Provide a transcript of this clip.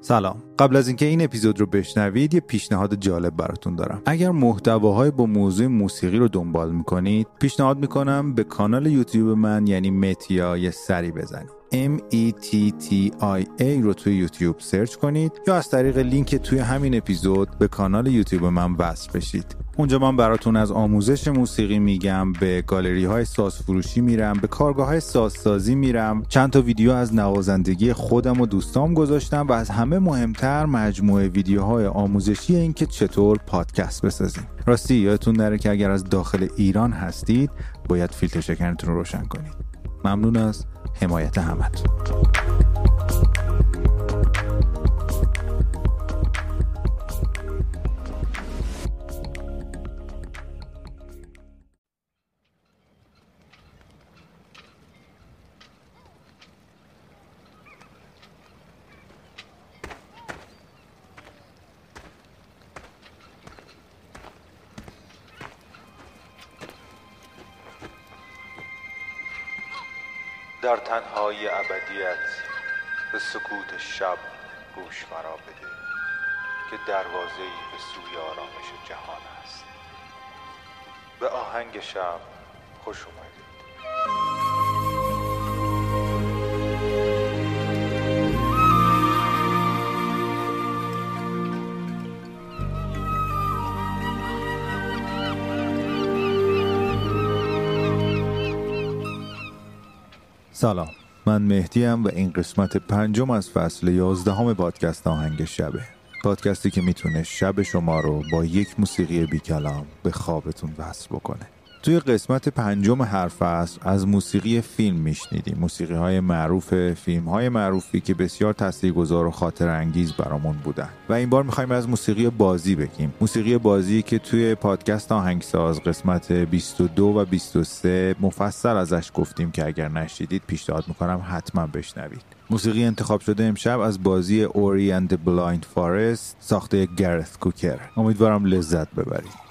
سلام. قبل از اینکه این اپیزود رو بشنوید یه پیشنهاد جالب براتون دارم. اگر محتواهای با موضوع موسیقی رو دنبال میکنید، پیشنهاد میکنم به کانال یوتیوب من یعنی متیا یه سری بزنید. METTIA رو توی یوتیوب سرچ کنید یا از طریق لینک توی همین اپیزود به کانال یوتیوب من وصل بشید. اونجا من براتون از آموزش موسیقی میگم، به گالری های سازفروشی میرم، به کارگاه های سازسازی میرم، چند تا ویدیو از نوازندگی خودم و دوستام گذاشتم و از همه مهمتر مجموعه ویدیوهای آموزشی این که چطور پادکست بسازیم. راستی یادتون نره که اگر از داخل ایران هستید باید فیلتر شکنتون رو روشن کنید. ممنون از حمایت همتون. در تنهای ابدیت به سکوت شب گوش فرا بده که دروازه‌ای به سوی آرامش جهان است. به آهنگ شب خوش اومدید. سلام، من مهدیم و این قسمت 5 از فصل 11 پادکست آهنگ شبه. پادکستی که میتونه شب شما رو با یک موسیقی بی کلام به خوابتون وصل بکنه. توی قسمت 5 هر فصل از موسیقی فیلم میشنیدیم، موسیقی های معروف فیلم های معروفی که بسیار تاثیرگذار و خاطر انگیز برامون بودن. و این بار میخوایم از موسیقی بازی بگیم، موسیقی بازی که توی پادکست آهنگساز قسمت 22 و 23 مفصل ازش گفتیم که اگر نشنیدید پیشنهاد میکنم حتما بشنوید. موسیقی انتخاب شده امشب از بازی اوری اند دی بلایند فارست ساخته گرث کوکر. امیدوارم لذت ببرید.